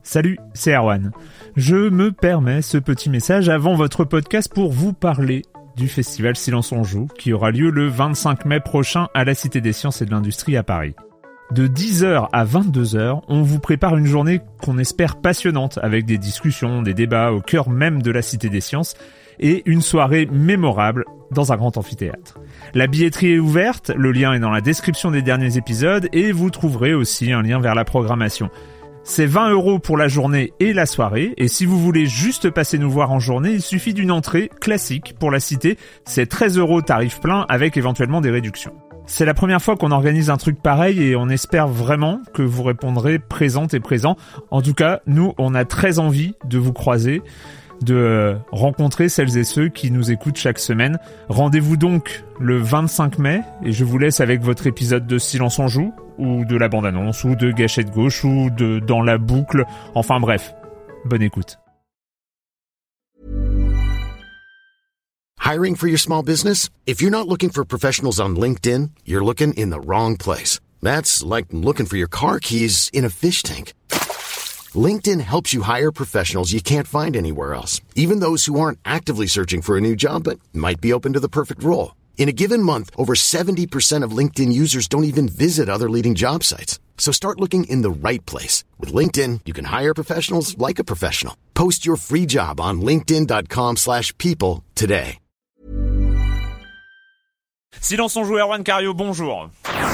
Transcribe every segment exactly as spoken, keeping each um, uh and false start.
Salut, c'est Erwan. Je me permets ce petit message avant votre podcast pour vous parler du festival Silence on joue qui aura lieu le vingt-cinq mai prochain à la Cité des Sciences et de l'Industrie à Paris. De dix heures à vingt-deux heures, on vous prépare une journée qu'on espère passionnante avec des discussions, des débats au cœur même de la Cité des Sciences et une soirée mémorable dans un grand amphithéâtre. La billetterie est ouverte, le lien est dans la description des derniers épisodes et vous trouverez aussi un lien vers la programmation. C'est vingt euros pour la journée et la soirée, et si vous voulez juste passer nous voir en journée, il suffit d'une entrée classique pour la cité, c'est treize euros tarif plein avec éventuellement des réductions. C'est la première fois qu'on organise un truc pareil et on espère vraiment que vous répondrez présente et présent. En tout cas, nous, on a très envie de vous croiser, de rencontrer celles et ceux qui nous écoutent chaque semaine. Rendez-vous donc le vingt-cinq mai et je vous laisse avec votre épisode de Silence on joue, ou de la bande-annonce, ou de Gâchette Gauche, ou de Dans la boucle. Enfin bref, bonne écoute. Hiring for your small business? If you're not looking for professionals on LinkedIn, you're looking in the wrong place. That's like looking for your car keys in a fish tank. LinkedIn helps you hire professionals you can't find anywhere else, even those who aren't actively searching for a new job but might be open to the perfect role. In a given month, over seventy percent of LinkedIn users don't even visit other leading job sites. So start looking in the right place. With LinkedIn, you can hire professionals like a professional. Post your free job on linkedin.com slash people today. Silence on joue, Erwan Cario, bonjour.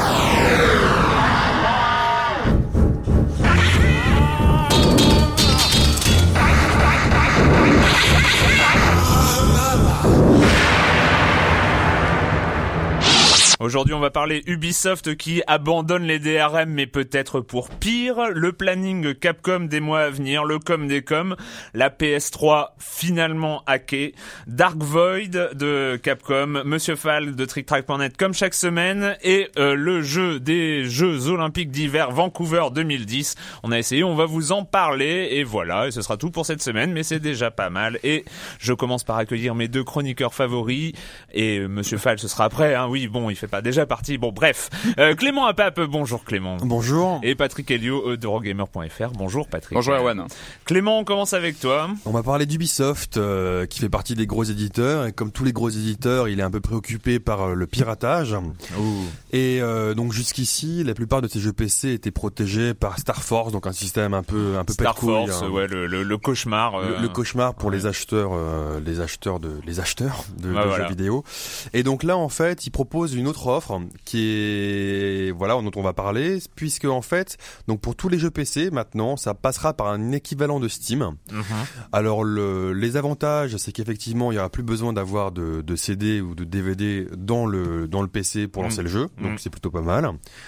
Aujourd'hui, on va parler Ubisoft qui abandonne les D R M, mais peut-être pour pire, le planning Capcom des mois à venir, le com des coms, la P S trois finalement hackée, Dark Void de Capcom, Monsieur Fall de Trick Track point net comme chaque semaine, et euh, le jeu des Jeux Olympiques d'hiver Vancouver deux mille dix. On a essayé, on va vous en parler, et voilà, et ce sera tout pour cette semaine, mais c'est déjà pas mal. Et je commence par accueillir mes deux chroniqueurs favoris, et euh, Monsieur Fall, ce sera après, hein, oui, bon, il fait pas déjà parti. Bon, bref. Euh, Clément Apap, bonjour Clément. Bonjour. Et Patrick Helio d'Eurogamer point F R. Bonjour Patrick. Bonjour Erwan. Clément, on commence avec toi. On va parler d'Ubisoft, euh, qui fait partie des gros éditeurs. Et comme tous les gros éditeurs, il est un peu préoccupé par euh, le piratage. Ouh. Et euh, donc jusqu'ici, la plupart de ces jeux P C étaient protégés par Star Force, donc un système un peu un peu Star pète-couille, Force, hein. ouais, le, le, le cauchemar. Euh... Le, le cauchemar pour ouais. les acheteurs, euh, les acheteurs de les acheteurs de, ah, de voilà. jeux vidéo. Et donc là, en fait, ils proposent une autre offre qui est voilà dont on va parler, puisque en fait, donc pour tous les jeux P C maintenant, ça passera par un équivalent de Steam. Mm-hmm. Alors le, les avantages, c'est qu'effectivement, il y aura plus besoin d'avoir de, de C D ou de D V D dans le dans le P C pour lancer mm. le jeu, donc mm. c'est plutôt pas mal.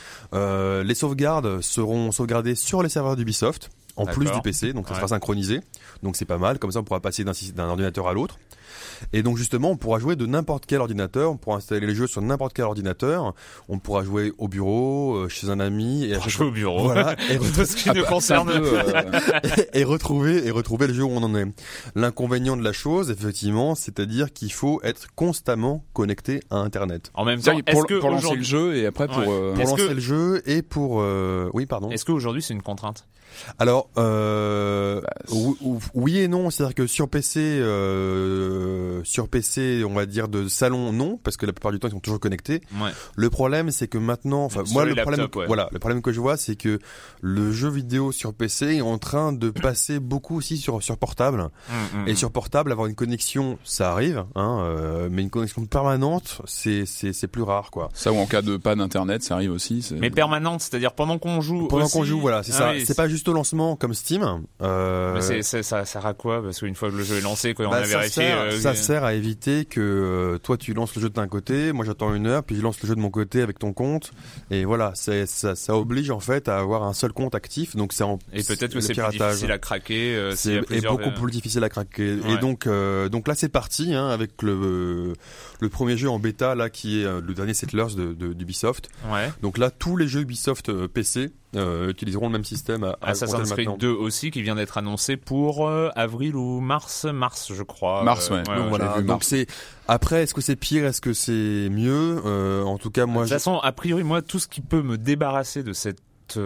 Euh, les sauvegardes seront sauvegardées sur les serveurs d'Ubisoft, en D'accord. plus du P C, donc ça ouais. sera synchronisé, donc c'est pas mal. Comme ça, on pourra passer d'un, d'un ordinateur à l'autre. Et donc justement, on pourra jouer de n'importe quel ordinateur, on pourra installer les jeux sur n'importe quel ordinateur, on pourra jouer au bureau, euh, chez un ami, et on pourra jouer au bureau, voilà, et re- ce qui nous concerne, peu, euh, et, et retrouver et retrouver le jeu où on en est. L'inconvénient de la chose, effectivement, c'est-à-dire qu'il faut être constamment connecté à Internet. En même temps, pour, est-ce que pour lancer le jeu et après pour ouais. euh... pour est-ce lancer que... le jeu et pour euh... oui pardon. Est-ce qu'aujourd'hui c'est une contrainte? Alors euh, bah, oui et non, c'est-à-dire que sur P C, euh, sur P C, on va dire de salon, non, parce que la plupart du temps ils sont toujours connectés. Ouais. Le problème, c'est que maintenant, enfin moi le laptops, problème, ouais. voilà, le problème que je vois, c'est que le jeu vidéo sur P C est en train de passer beaucoup aussi sur sur portable. Mmh, mmh. Et sur portable, avoir une connexion, ça arrive, hein, euh, mais une connexion permanente, c'est c'est c'est plus rare, quoi. Ça ou en cas de panne internet, ça arrive aussi. C'est... Mais permanente, c'est-à-dire pendant qu'on joue. Pendant aussi... qu'on joue, voilà, c'est ah, ça. Oui, c'est, c'est pas juste au lancement comme Steam. Euh... Mais c'est, c'est, ça sert à quoi? Parce qu'une fois que le jeu est lancé, quoi, bah, on a ça vérifié. Sert, euh... Ça sert à éviter que euh, toi tu lances le jeu de d'un côté, moi j'attends une heure, puis je lance le jeu de mon côté avec ton compte. Et voilà, c'est, ça, ça oblige en fait à avoir un seul compte actif. Donc c'est en, et peut-être que c'est piratage. plus difficile à craquer. Euh, c'est et beaucoup plus difficile à craquer. Ouais. Et donc, euh, donc là c'est parti hein, avec le euh, le premier jeu en bêta là qui est euh, le dernier Settlers de, de d'Ubisoft. Ouais. Donc là tous les jeux Ubisoft euh, P C euh, utiliseront le même système. À, à Assassin's Creed deux aussi qui vient d'être annoncé pour euh, avril ou mars, mars je crois. Mars ouais. Euh, ouais donc ouais, voilà. Donc mars. c'est après est-ce que c'est pire, est-ce que c'est mieux euh, en tout cas moi. De toute je... façon a priori moi tout ce qui peut me débarrasser de cette te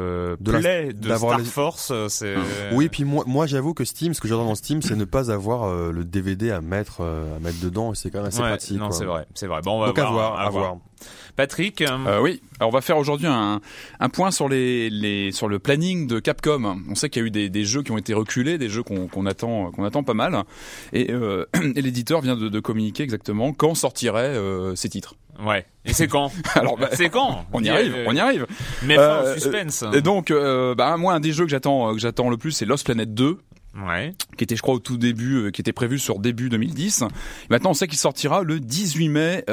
De plaît la- de d'avoir Star les- Force, c'est... Oui, puis moi, moi j'avoue que Steam, ce que j'adore dans Steam, c'est ne pas avoir euh, le D V D à mettre, euh, à mettre dedans, et c'est quand même assez Ouais, pratique. non, quoi. c'est vrai, c'est vrai. Bon, on va Donc à voir, voir, à à voir. voir. Patrick, euh, Euh, oui, alors on va faire aujourd'hui un, un point sur les, les sur le planning de Capcom. On sait qu'il y a eu des, des jeux qui ont été reculés, des jeux qu'on qu'on attend qu'on attend pas mal, et, euh, et l'éditeur vient de, de communiquer exactement quand sortiraient euh, ces titres. ouais. Et c'est quand? Alors, bah, c'est quand? On y Dis, arrive, euh, on y arrive. Mais fin Euh, au suspense. Et donc, euh, bah moi, un des jeux que j'attends que j'attends le plus, c'est Lost Planet deux. Ouais. Qui était, je crois, au tout début, euh, qui était prévu sur début deux mille dix. Maintenant, on sait qu'il sortira le dix-huit mai,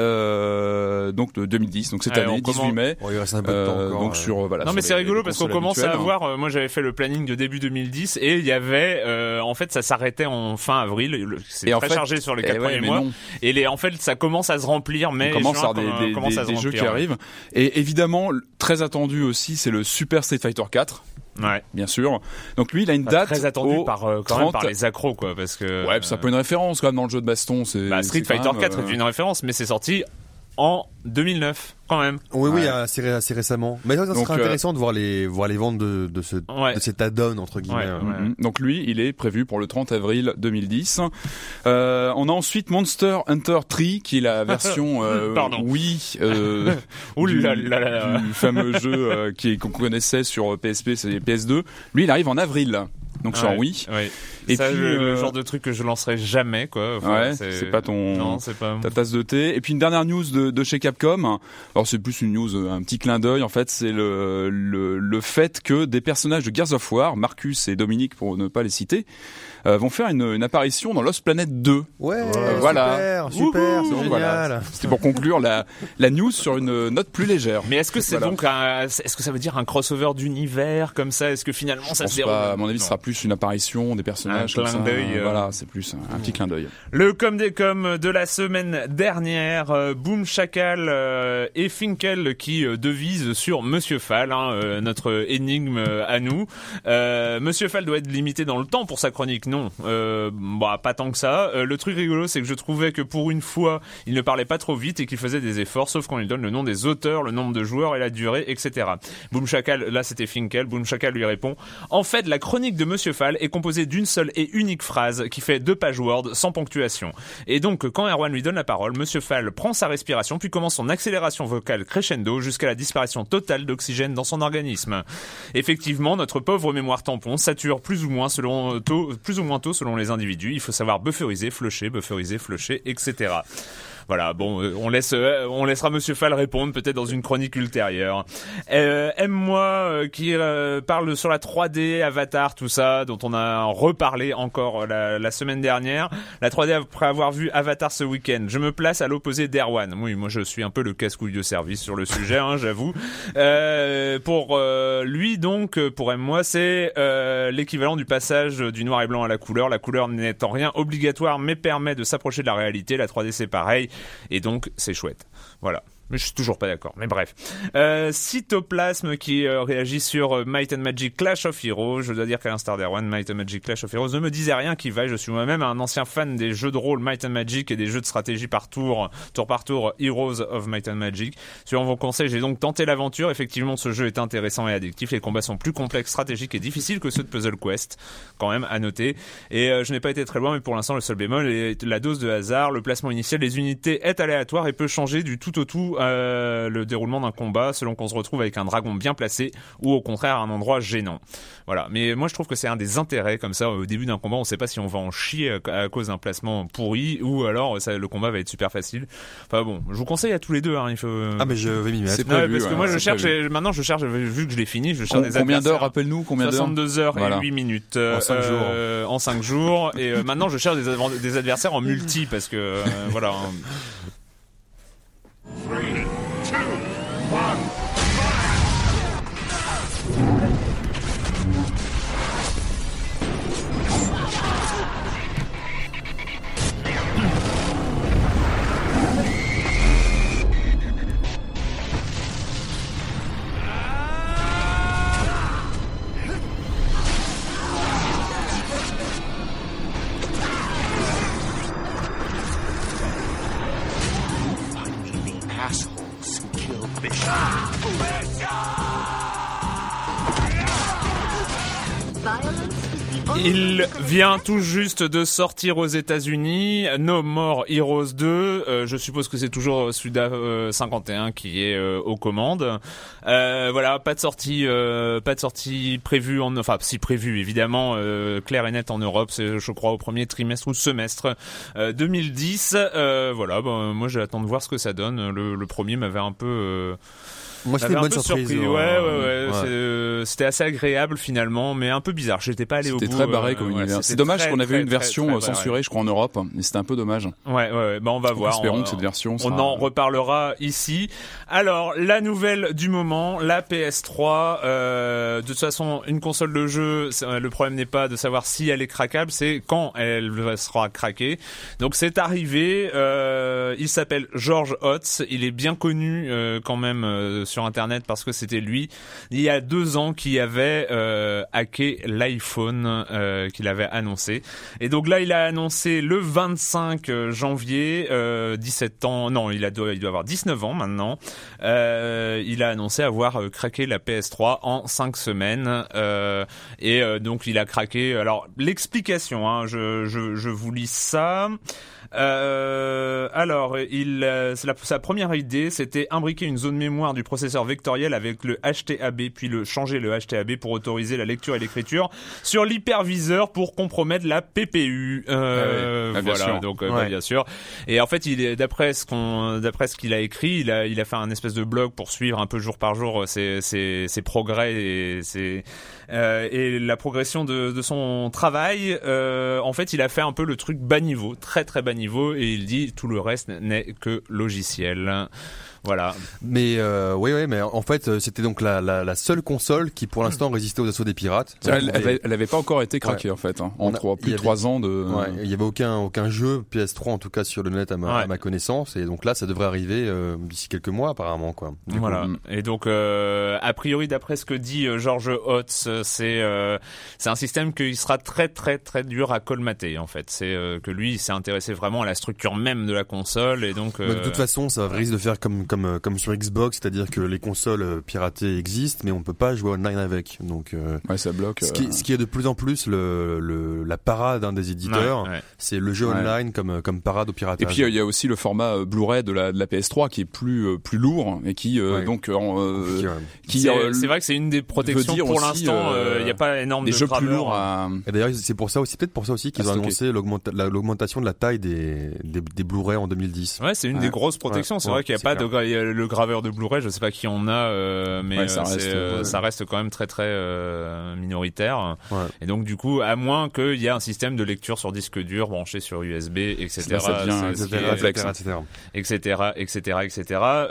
euh, donc de deux mille dix, donc cette Ouais, année, on dix-huit commence- mai. Bon, il reste un peu de temps Euh, encore. donc euh. sur euh, voilà. Non sur mais les- c'est rigolo les parce qu'on consoles commence à habituelles. avoir, euh, moi j'avais fait le planning de début deux mille dix et il y avait, euh, en fait ça s'arrêtait en fin avril, le- c'est Et en très fait- chargé sur les Eh quatre ouais, premiers mais mois, non. et les, en fait ça commence à se remplir, mais On commence à juin, avoir des, com- des, commence des- à se des jeux remplir, qui ouais. arrivent. Et évidemment, très attendu aussi, c'est le Super Street Fighter quatre, Ouais. bien sûr. Donc lui, il a une Pas date très attendu au par, euh, quand même trente par les accros quoi, parce que... Ouais, c'est un peu une référence quand même dans le jeu de baston. C'est Bah, Street c'est quand Fighter même, quatre euh, est une référence, mais c'est sorti en deux mille neuf quand même. Oui, oui, Ouais. assez, ré- assez récemment. Mais ça, ça Donc, serait euh, intéressant de voir les, voir les ventes de, de ce, Ouais. de cet add-on, entre guillemets. Ouais, euh. ouais. Mhm. Donc lui, il est prévu pour le trente avril deux mille dix. Euh, on a ensuite Monster Hunter trois, qui est la version euh, Pardon. Wii euh, Ouh du, là là là là. du fameux jeu euh, qui qu'on connaissait sur P S P, c'est P S deux. Lui, il arrive en avril, donc sur Ouais, Wii. ouais. Et Ça, puis, le, le euh, genre de truc que je lancerai jamais quoi. Enfin, Ouais, c'est pas ton- Non, c'est pas... Ta tasse de thé. Et puis une dernière news de, de chez Capcom. Alors c'est plus une news, un petit clin d'œil. En fait, c'est le, le, le fait que des personnages de Gears of War, Marcus et Dominique pour ne pas les citer, euh, vont faire une, une apparition dans Lost Planet deux. Ouais, Euh, voilà. super, super, Donc, c'est voilà. génial. C'était pour conclure la, la news sur une note plus légère. Mais est-ce que c'est Voilà. donc un, est-ce que ça veut dire un crossover d'univers comme ça? Est-ce que finalement Je ça pense se déroule? pas, à mon avis, Non. ce sera plus une apparition des personnages. Un comme clin ça. d'œil, euh. Voilà, c'est plus un, un petit clin d'œil. Le com des com de la semaine dernière, euh, Boom Chacal euh, et Finkel qui euh, devisent sur Monsieur Fall, hein, euh, notre énigme euh, à nous. Euh, Monsieur Fall doit être limité dans le temps pour sa chronique, non, euh, bah pas tant que ça. Euh, le truc rigolo, c'est que je trouvais que pour une fois, il ne parlait pas trop vite et qu'il faisait des efforts, sauf quand il donne le nom des auteurs, le nombre de joueurs et la durée, et cetera. Boom Chacal, là c'était Finkel. Boom Chacal lui répond: en fait, la chronique de Monsieur Fall est composée d'une seule et unique phrase qui fait deux pages Word sans ponctuation. Et donc, quand Erwan lui donne la parole, Monsieur Fall prend sa respiration puis commence son accélération vocale crescendo jusqu'à la disparition totale d'oxygène dans son organisme. Effectivement, notre pauvre mémoire tampon sature plus ou moins selon tôt, plus ou moins tôt selon les individus. Il faut savoir bufferiser, flusher, bufferiser, flusher, et cetera. Voilà, bon, euh, on laisse, euh, on laissera Monsieur Fall répondre peut-être dans une chronique ultérieure. Euh, Aime-moi euh, qui euh, parle sur la trois D, Avatar, tout ça, dont on a reparlé encore la, la semaine dernière. La trois D après avoir vu Avatar ce week-end. Je me place à l'opposé d'Erwan. Oui, moi je suis un peu le casse-couille de service sur le sujet, hein, j'avoue. Euh, pour euh, lui donc, pour Aime-moi, c'est euh, l'équivalent du passage du noir et blanc à la couleur. La couleur n'étant rien obligatoire, mais permet de s'approcher de la réalité. La trois D c'est pareil. Et donc, c'est chouette. Voilà. Mais je suis toujours pas d'accord. Mais bref. Euh, Cytoplasme qui euh, réagit sur euh, Might and Magic Clash of Heroes. Je dois dire qu'à l'instar d'Erwan, Might and Magic Clash of Heroes ne me disait rien qui vaille. Je suis moi-même un ancien fan des jeux de rôle Might and Magic et des jeux de stratégie par tour, tour par tour, Heroes of Might and Magic. Suivant vos conseils, j'ai donc tenté l'aventure. Effectivement, ce jeu est intéressant et addictif. Les combats sont plus complexes, stratégiques et difficiles que ceux de Puzzle Quest. Quand même, à noter. Et euh, je n'ai pas été très loin, mais pour l'instant, le seul bémol est la dose de hasard. Le placement initial des unités est aléatoire et peut changer du tout au tout euh, le déroulement d'un combat selon qu'on se retrouve avec un dragon bien placé ou au contraire à un endroit gênant. Voilà. Mais moi je trouve que c'est un des intérêts comme ça au début d'un combat, on sait pas si on va en chier à, à cause d'un placement pourri ou alors ça, le combat va être super facile. Enfin bon, je vous conseille à tous les deux, hein, il faut... Ah, mais je vais m'y mettre. C'est Ouais, prévu, parce que ouais, moi je c'est cherche, prévu. et maintenant je cherche, vu que je l'ai fini, je cherche Com- des Combien adversaires. d'heures, rappelle-nous, combien d'heures? soixante-deux heures Voilà. et huit minutes. euh, En cinq jours. euh, en cinq jours. Et euh, maintenant je cherche des, adv- des adversaires en multi parce que euh, voilà. hein. Il vient tout juste de sortir aux États-Unis, No More Heroes deux. Euh, je suppose que c'est toujours Suda euh, cinquante et un qui est euh, aux commandes. Euh, voilà, pas de sortie, euh, pas de sortie prévue en, enfin si prévue évidemment, euh, claire et nette en Europe. C'est, je crois, au premier trimestre ou semestre euh, deux mille dix. Euh, voilà, ben moi j'attends de voir ce que ça donne. Le, le premier m'avait un peu euh, Moi, c'était une bonne surprise. Surpris. Ouais, ouais, ouais. ouais. C'est, c'était assez agréable finalement, mais un peu bizarre. J'étais pas allé au bout. C'était très barré comme euh, univers. ouais, c'est dommage très, qu'on avait très, une version très, très censurée, je crois, en Europe, et c'était un peu dommage. Ouais, ouais, ouais. Bah, on va Donc, voir. espérons on, que cette version on sera... en reparlera ici. Alors, la nouvelle du moment, la P S trois. Euh, de toute façon, une console de jeu, le problème n'est pas de savoir si elle est craquable, c'est quand elle sera craquée. Donc, c'est arrivé. Euh, il s'appelle George Hotz. Il est bien connu euh, quand même euh, sur Internet parce que c'était lui, il y a deux ans, qui avait euh, hacké l'iPhone euh, qu'il avait annoncé. Et donc là, il a annoncé le vingt-cinq janvier, euh, dix-sept ans, non, il, a, il doit avoir dix-neuf ans maintenant, euh, il a annoncé avoir euh, craqué la P S trois en cinq semaines. Euh, et euh, donc, il a craqué... Alors, l'explication, hein, je, je, je vous lis ça... Euh, alors, il, euh, la, sa première idée, c'était imbriquer une zone mémoire du processeur vectoriel avec le H T A B, puis le changer le H T A B pour autoriser la lecture et l'écriture sur l'hyperviseur pour compromettre la P P U. Euh, ah oui. ah, voilà, sûr. donc euh, ouais. bah, bien sûr. Et en fait, il est d'après ce qu'on, d'après ce qu'il a écrit, il a, il a fait un espèce de blog pour suivre un peu jour par jour ses, ses, ses progrès et ses euh, et la progression de, de son travail. Euh, en fait, il a fait un peu le truc bas niveau, très très bas niveau, et il dit tout le reste n'est que logiciel. Voilà. Mais euh, oui, oui, mais en fait, c'était donc la, la, la seule console qui, pour l'instant, résistait aux assauts des pirates. Elle, elle, elle avait pas encore été craquée, ouais. en fait, hein, en trois, plus de trois ans de. Ouais, il y avait aucun aucun jeu P S trois en tout cas sur le net à ma, ouais. à ma connaissance, et donc là, ça devrait arriver euh, d'ici quelques mois apparemment, quoi. Du voilà. Coup, et donc, euh, a priori, d'après ce que dit euh, George Hotz, c'est euh, c'est un système qui sera très très très dur à colmater. En fait, c'est euh, que lui, il s'est intéressé vraiment à la structure même de la console, et donc. Euh, de toute façon, ça risque de faire comme comme comme sur Xbox, c'est-à-dire que les consoles piratées existent, mais on peut pas jouer online avec. Donc, euh, ouais, ça bloque. Ce qui, euh... ce qui est de plus en plus le, le la parade hein, des éditeurs, ouais, ouais. c'est le jeu ouais. online comme comme parade au piratage. Et puis il y a aussi le format Blu-ray de la de la P S trois qui est plus euh, plus lourd et qui euh, ouais. donc euh, euh, qui c'est, euh, c'est vrai que c'est une des protections pour aussi, l'instant. Il euh, y a pas énorme des de jeux plus lourds. À... Et d'ailleurs, c'est pour ça aussi, peut-être pour ça aussi qu'ils ont annoncé l'augmenta- la, l'augmentation de la taille des des, des Blu-ray en deux mille dix. Ouais, c'est une ouais. des grosses protections. Ouais. C'est ouais, vrai qu'il y a pas clair. de le graveur de Blu-ray, je sais pas qui en a, euh, mais ouais, ça, reste, euh, ouais. ça reste quand même très très euh, minoritaire. Ouais. Et donc du coup, à moins qu'il y ait un système de lecture sur disque dur branché sur U S B, et cetera, ça devient, c'est, c'est, c'est complexe, et cetera, et cetera, et cetera, et cetera.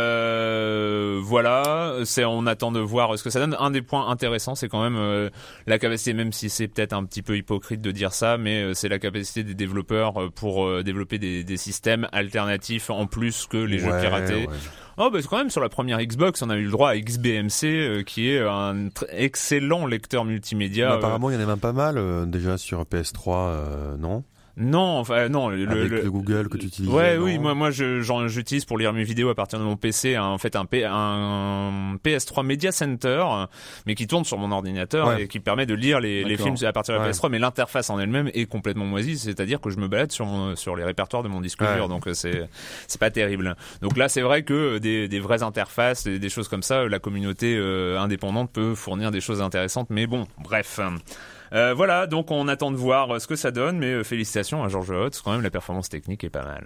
Euh, voilà, c'est on attend de voir ce que ça donne. Un des points intéressants, c'est quand même euh, la capacité, même si c'est peut-être un petit peu hypocrite de dire ça, mais euh, c'est la capacité des développeurs pour euh, développer des, des systèmes alternatifs en plus que les ouais, jeux piratés. Ouais. Oh bah quand même sur la première Xbox on a eu le droit à X B M C euh, qui est un tr- excellent lecteur multimédia. Bah, apparemment euh... il y en a même pas mal euh, déjà sur P S trois, euh, non ? Non, enfin non. Le, Avec le, le Google que tu utilises. Ouais, non oui, moi, moi, je, j'en, j'utilise pour lire mes vidéos à partir de mon P C, hein, en fait, un, P, un P S trois Media Center, mais qui tourne sur mon ordinateur ouais. et qui permet de lire les, les films à partir de la ouais. P S trois. Mais l'interface en elle-même est complètement moisie, c'est-à-dire que je me balade sur mon, sur les répertoires de mon disque dur, ouais. donc c'est, c'est pas terrible. Donc là, c'est vrai que des, des vraies interfaces, des, des choses comme ça, la communauté euh, indépendante peut fournir des choses intéressantes. Mais bon, bref. Euh, voilà, donc on attend de voir ce que ça donne, mais euh, félicitations à George Hotz, quand même la performance technique est pas mal.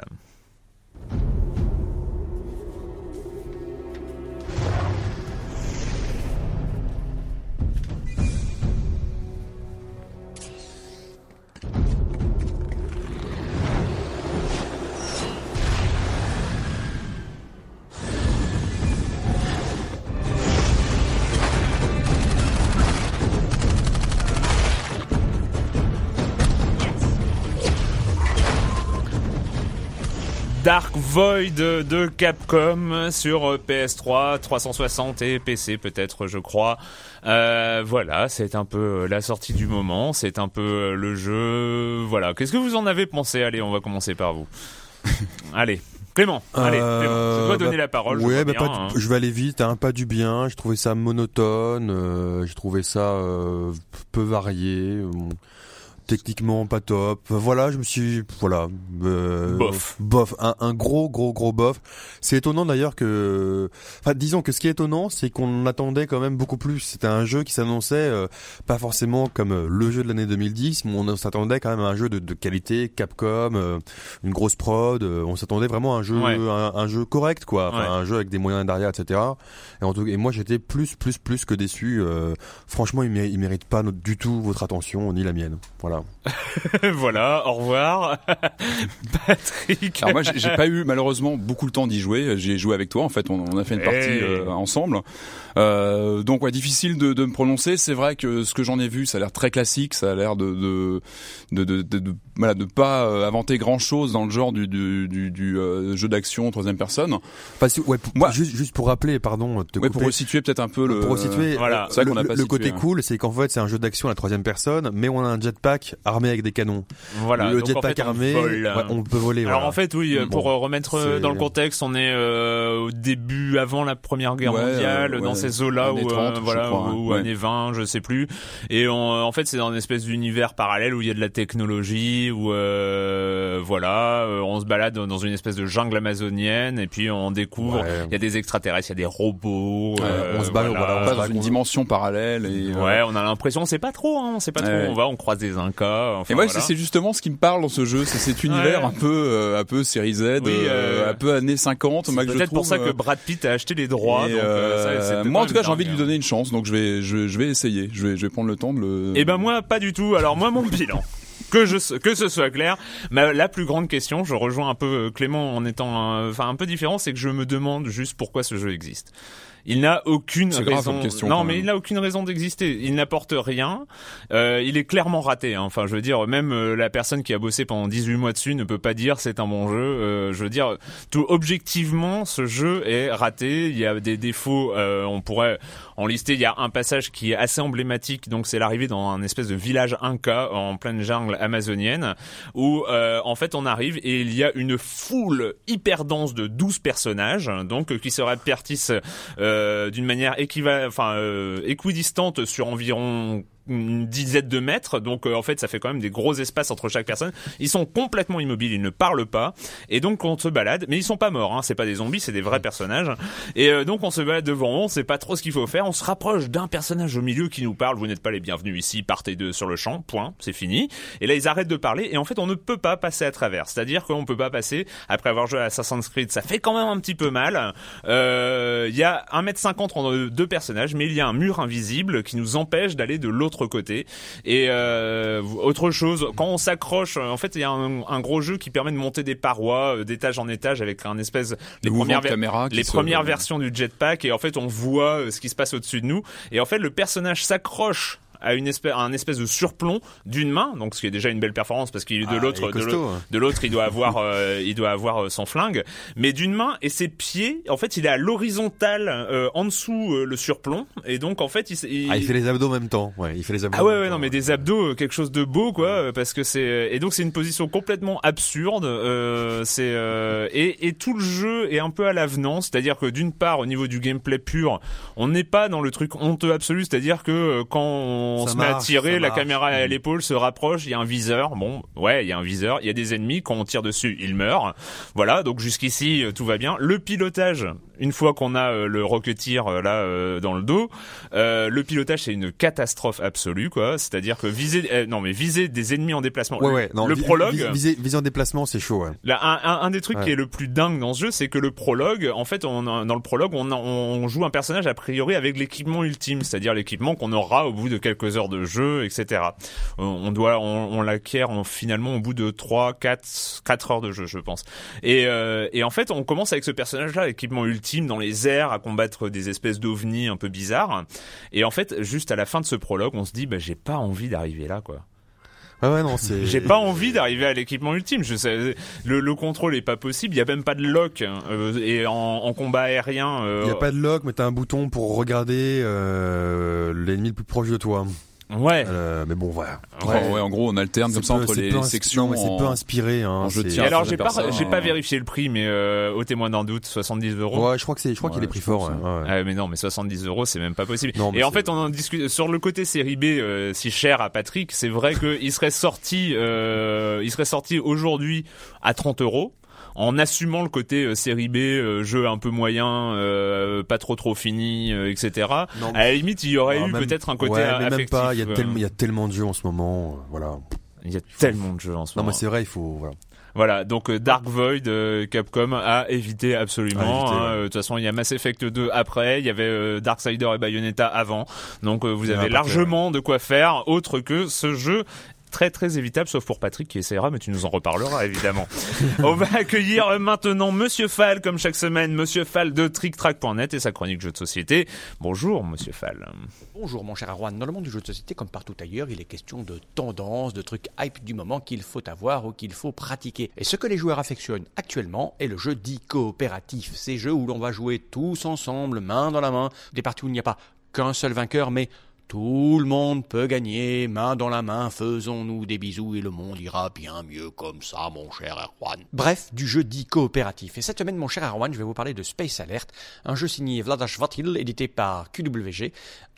Dark Void de Capcom sur P S trois, trois cent soixante et P C peut-être, je crois. Euh, voilà, c'est un peu la sortie du moment, c'est un peu le jeu. Voilà, qu'est-ce que vous en avez pensé ? Allez, on va commencer par vous. Allez. Clément, allez, Euh, Clément, je dois donner bah, la parole. Ouais, je, bah, bien, pas hein. du, je vais aller vite, hein, pas du bien. J'ai trouvé ça monotone, euh, j'ai trouvé ça euh, peu varié. euh, Techniquement pas top. Voilà, je me suis voilà euh, Bof. bof, un, un gros gros gros bof. C'est étonnant d'ailleurs que, enfin disons que ce qui est étonnant, c'est qu'on attendait quand même beaucoup plus. C'était un jeu qui s'annonçait euh, pas forcément comme euh, le jeu de l'année deux mille dix, mais on s'attendait quand même à un jeu de, de qualité, Capcom, euh, une grosse prod. Euh, on s'attendait vraiment à un jeu, Ouais. un, un jeu correct quoi, enfin, Ouais. un jeu avec des moyens derrière, et cetera. Et en tout cas, et moi j'étais plus plus plus que déçu. Euh, franchement, il mérite, il mérite pas notre- du tout votre attention ni la mienne. Voilà. Voilà, au revoir. Patrick. Alors moi, j'ai, j'ai pas eu malheureusement beaucoup le temps d'y jouer. J'ai joué avec toi. En fait, on, on a fait une partie Hey. euh, ensemble. Euh, donc ouais, difficile de, de me prononcer. C'est vrai que ce que j'en ai vu, ça a l'air très classique. Ça a l'air de de de de, de, de voilà, de pas euh, inventer grand chose dans le genre du du du, du euh, jeu d'action troisième personne. Enfin, si- ouais, pour- Moi- juste, juste pour rappeler, pardon, te Ouais, couper. pour resituer peut-être un peu le. Pour resituer, voilà. euh, C'est vrai le, qu'on a le- pas le situé, côté hein. cool, c'est qu'en fait, c'est un jeu d'action à la troisième personne, mais on a un jetpack armé avec des canons. Voilà, le donc, jetpack en fait, on armé, vole. ouais, on peut voler. Alors voilà. en fait oui, Bon, pour euh, remettre euh, c'est- dans le contexte, on est euh, au début, avant la Première Guerre Ouais, mondiale, euh, dans ouais, ces eaux-là années où trente, euh, je voilà, crois, hein. ou Ouais. années vingt, je sais plus. Et on, en fait, c'est dans une espèce d'univers parallèle où il y a de la technologie, où euh, voilà, euh, on se balade dans une espèce de jungle amazonienne et puis on découvre, Ouais. il y a des extraterrestres, il y a des robots. Ouais, euh, on se balade, voilà, on Pas se dans va- une dimension parallèle et. euh, Ouais, on a l'impression, on sait pas trop, hein, on sait pas trop. Ouais. On va, on croise des Incas. Enfin, Et moi, voilà. c'est, c'est justement ce qui me parle dans ce jeu, c'est cet univers Ouais. un peu, euh, un peu série Z, Oui, euh, euh, un peu années cinquante. moi, que je Peut-être pour trouve, ça que euh, Brad Pitt a acheté les droits. et, donc, euh, ça, euh, c'était moi, quand en tout même cas, j'ai envie de dingue, lui hein. donner une chance, donc je vais, je, je vais essayer. Je vais, je vais prendre le temps de le. Eh ben moi pas du tout. Alors moi mon bilan. Que je que ce soit clair, mais la plus grande question, je rejoins un peu Clément en étant un, enfin un peu différent, c'est que je me demande juste pourquoi ce jeu existe. Il n'a aucune C'est grave raison. comme question, non, quand mais même. il n'a aucune raison d'exister. Il n'apporte rien. Euh, il est clairement raté. Hein. Enfin, je veux dire, même euh, la personne qui a bossé pendant dix-huit mois dessus ne peut pas dire c'est un bon jeu. Euh, je veux dire, tout objectivement, ce jeu est raté. Il y a des défauts. Euh, on pourrait en lister. Il y a un passage qui est assez emblématique. Donc, c'est l'arrivée dans un espèce de village Inca en pleine jungle amazonienne, où euh, en fait on arrive et il y a une foule hyper dense de douze personnages, donc euh, qui se répartissent euh, d'une manière équivalente, enfin euh, équidistante sur environ une dizaine de mètres, donc euh, en fait ça fait quand même des gros espaces entre chaque personne. Ils sont complètement immobiles, ils ne parlent pas, et donc on se balade, mais ils sont pas morts, hein, c'est pas des zombies, c'est des vrais personnages, et euh, donc on se balade devant eux, on sait pas trop ce qu'il faut faire, on se rapproche d'un personnage au milieu qui nous parle, vous n'êtes pas les bienvenus ici, partez de sur le champ, point, c'est fini, et là ils arrêtent de parler, et en fait on ne peut pas passer à travers, c'est-à-dire qu'on peut pas passer, après avoir joué à Assassin's Creed, ça fait quand même un petit peu mal, euh, il y a un mètre cinquante entre deux personnages, mais il y a un mur invisible qui nous empêche d'aller de l'autre côté. Et euh, autre chose, quand on s'accroche, en fait, il y a un, un gros jeu qui permet de monter des parois euh, d'étage en étage avec un espèce les mouvements premières de caméra qui les se- premières versions du jetpack et en fait on voit euh, ce qui se passe au-dessus de nous et en fait le personnage s'accroche à une espèce, à un espèce de surplomb d'une main, donc ce qui est déjà une belle performance parce qu'il de Ah, l'autre, il est de costaud, l'autre, hein. de l'autre, il doit avoir, euh, il doit avoir euh, son flingue, mais d'une main et ses pieds, en fait, il est à l'horizontale euh, en dessous euh, le surplomb et donc en fait, il, il... Ah, il fait les abdos en même temps. Ouais, il fait les abdos. Ah en ouais, même ouais, temps. non, mais des abdos, euh, quelque chose de beau, quoi, euh, parce que c'est et donc c'est une position complètement absurde. Euh, c'est euh, et, et tout le jeu est un peu à l'avenant, c'est-à-dire que d'une part, au niveau du gameplay pur, on n'est pas dans le truc honteux absolu, c'est-à-dire que euh, quand on Ça se met à marche, tirer, ça la marche. caméra à l'épaule se rapproche, il y a un viseur. Bon, ouais, il y a un viseur, il y a des ennemis. Quand on tire dessus, ils meurent. Voilà, donc jusqu'ici euh, tout va bien. Le pilotage, une fois qu'on a euh, le rocketeer euh, là euh, dans le dos, euh, le pilotage c'est une catastrophe absolue, quoi. C'est-à-dire que viser, euh, non mais viser des ennemis en déplacement. Ouais, Le- ouais. Non, le vi- prologue. vi- Viser, viser en déplacement, c'est chaud, ouais. Là, un, un, un des trucs Ouais. qui est le plus dingue dans ce jeu, c'est que le prologue, en fait, on, dans le prologue, on, on joue un personnage a priori avec l'équipement ultime, c'est-à-dire l'équipement qu'on aura au bout de quelques heures de jeu, et cetera. On, on doit, on, on l'acquiert en, finalement au bout de trois, quatre, quatre heures de jeu, je pense. Et, euh, et en fait, on commence avec ce personnage-là, équipement ultime dans les airs, à combattre des espèces d'ovnis un peu bizarres. Et en fait, juste à la fin de ce prologue, on se dit, bah, j'ai pas envie d'arriver là, quoi. Ah ouais, non, c'est. J'ai pas envie d'arriver à l'équipement ultime. Je sais, le, le contrôle est pas possible. Il y a même pas de lock euh, et en, en combat aérien. Euh, Il y a pas de lock, mais t'as un bouton pour regarder euh, l'ennemi le plus proche de toi. Ouais. Euh, mais bon, voilà. Ouais, ouais, en gros, on alterne comme ça peu, entre les, peu les sections. Non, mais c'est peu inspiré. Hein, en jeu de c'est... tir. Et alors, j'ai pas, personnes, j'ai pas euh... vérifié le prix, mais euh, au témoin d'un doute, soixante-dix euros. Ouais, je crois que c'est, je crois ouais, qu'il est pris fort. Ouais. Ouais. Ah, mais non, mais soixante-dix euros, c'est même pas possible. Non, et en c'est... fait, on en discute sur le côté série B, euh, si cher à Patrick, c'est vrai qu'il serait sorti, euh, il serait sorti aujourd'hui à trente euros. En assumant le côté euh, série B, euh, jeu un peu moyen, euh, pas trop trop fini, euh, et cetera. Non, mais... À la limite, il y aurait ah, eu même... peut-être un côté ouais, affectif. Mais même pas. Il y a euh... tellement, il y a tellement de jeux en ce moment. Euh, voilà. Il y a tellement de jeux en ce non, moment. Non, mais c'est vrai, il faut. Voilà. Voilà, donc euh, Dark Void, euh, Capcom a évité absolument. De hein, ouais. euh, toute façon, il y a Mass Effect deux après, il y avait euh, Darksider et Bayonetta avant. Donc euh, vous avez largement de quoi faire, autre que ce jeu. Très très évitable, sauf pour Patrick qui essaiera, mais tu nous en reparleras évidemment. On va accueillir maintenant Monsieur Fall, comme chaque semaine, Monsieur Fall de trick track point net et sa chronique jeux de société. Bonjour Monsieur Fall. Bonjour mon cher Erwan. Dans le monde du jeu de société, comme partout ailleurs, il est question de tendances, de trucs hype du moment qu'il faut avoir ou qu'il faut pratiquer. Et ce que les joueurs affectionnent actuellement est le jeu dit coopératif. Ces jeux où l'on va jouer tous ensemble, main dans la main, des parties où il n'y a pas qu'un seul vainqueur, mais tout le monde peut gagner, main dans la main, faisons-nous des bisous et le monde ira bien mieux comme ça, mon cher Erwan. Bref, du jeu dit coopératif. Et cette semaine, mon cher Erwan, je vais vous parler de Space Alert, un jeu signé Vladaš Vatil, édité par Q W G,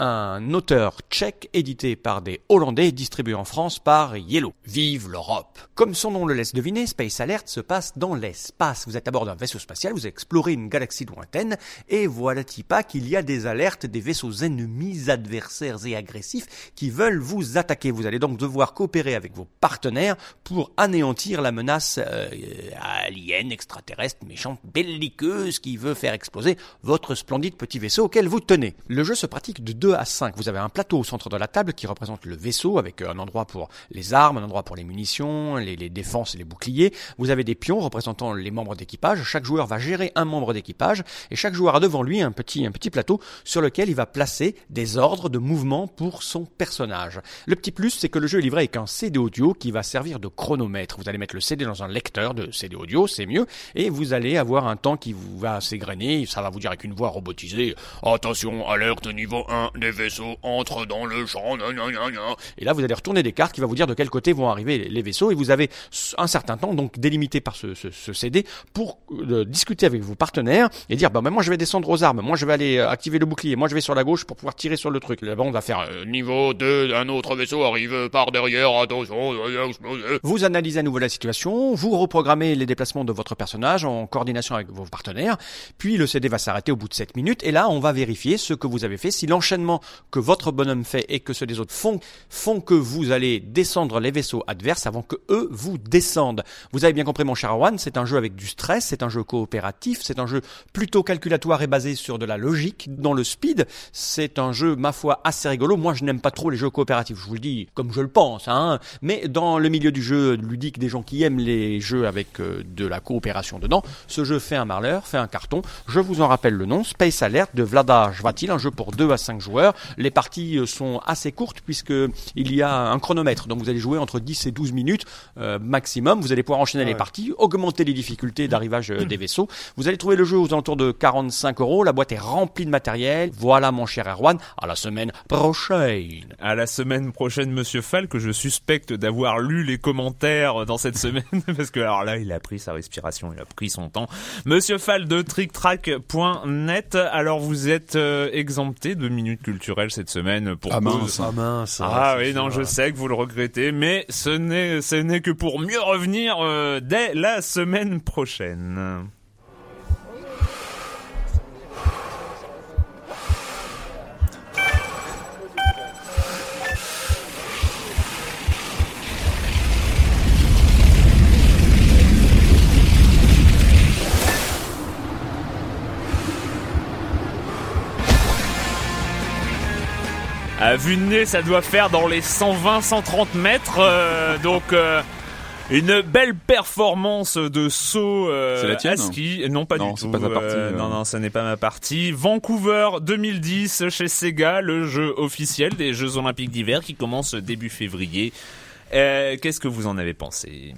un auteur tchèque édité par des Hollandais, distribué en France par Yellow. Vive l'Europe! Comme son nom le laisse deviner, Space Alert se passe dans l'espace. Vous êtes à bord d'un vaisseau spatial, vous explorez une galaxie lointaine, et voilà-t-il pas qu'il y a des alertes des vaisseaux ennemis, adversaires et agressifs qui veulent vous attaquer. Vous allez donc devoir coopérer avec vos partenaires pour anéantir la menace euh, alien, extraterrestre, méchante, belliqueuse qui veut faire exploser votre splendide petit vaisseau auquel vous tenez. Le jeu se pratique de deux à cinq. Vous avez un plateau au centre de la table qui représente le vaisseau avec un endroit pour les armes, un endroit pour les munitions, les, les défenses et les boucliers. Vous avez des pions représentant les membres d'équipage. Chaque joueur va gérer un membre d'équipage et chaque joueur a devant lui un petit, un petit plateau sur lequel il va placer des ordres de mouvement pour son personnage. Le petit plus, c'est que le jeu est livré avec un C D audio qui va servir de chronomètre. Vous allez mettre le C D dans un lecteur de C D audio, c'est mieux, et vous allez avoir un temps qui vous va s'égrener. Ça va vous dire avec une voix robotisée « Attention, alerte niveau un, des vaisseaux entrent dans le champ, nan, nan, nan, nan. » Et là, vous allez retourner des cartes qui va vous dire de quel côté vont arriver les vaisseaux, et vous avez un certain temps, donc délimité par ce, ce, ce C D, pour euh, discuter avec vos partenaires et dire bah, « moi je vais descendre aux armes, moi je vais aller activer le bouclier, moi je vais sur la gauche pour pouvoir tirer sur le truc. » Là-bas, on va faire euh, niveau deux, un autre vaisseau arrive par derrière, attention, vous analysez à nouveau la situation, vous reprogrammez les déplacements de votre personnage en coordination avec vos partenaires, puis le C D va s'arrêter au bout de sept minutes, et là, on va vérifier ce que vous avez fait, si l'enchaînement que votre bonhomme fait et que ceux des autres font, font que vous allez descendre les vaisseaux adverses avant que eux vous descendent. Vous avez bien compris, mon cher Erwan, c'est un jeu avec du stress, c'est un jeu coopératif, c'est un jeu plutôt calculatoire et basé sur de la logique. Dans le speed, c'est un jeu, ma foi, assez rigolo. Moi, je n'aime pas trop les jeux coopératifs, je vous le dis comme je le pense, hein. Mais dans le milieu du jeu ludique, des gens qui aiment les jeux avec euh, de la coopération dedans, ce jeu fait un marleur, fait un carton. Je vous en rappelle le nom, Space Alert de Vladaš Vatil, un jeu pour deux à cinq joueurs. Les parties sont assez courtes puisque il y a un chronomètre, donc vous allez jouer entre dix et douze minutes euh, maximum. Vous allez pouvoir enchaîner ouais. les parties, augmenter les difficultés d'arrivage euh, des vaisseaux. Vous allez trouver le jeu aux alentours de quarante-cinq euros. La boîte est remplie de matériel. Voilà, mon cher Erwan, à la semaine prochaine. À la semaine prochaine, Monsieur Fall, que je suspecte d'avoir lu les commentaires dans cette semaine, parce que alors là, il a pris sa respiration, il a pris son temps. Monsieur Fall de trick track point net. Alors vous êtes euh, exempté de minutes culturelles cette semaine pour ah cause... mince, ah mince. Ah oui, non, je sais que vous le regrettez, mais ce n'est, ce n'est que pour mieux revenir euh, dès la semaine prochaine. À vue de nez, ça doit faire dans les cent vingt à cent trente mètres, euh, donc euh, une belle performance de saut euh, c'est la tienne, à ski. Non, pas non, du c'est tout. Pas ta partie, euh, euh... Non, non, ça n'est pas ma partie. Vancouver deux mille dix chez Sega, le jeu officiel des Jeux Olympiques d'hiver qui commence début février. Euh, qu'est-ce que vous en avez pensé ?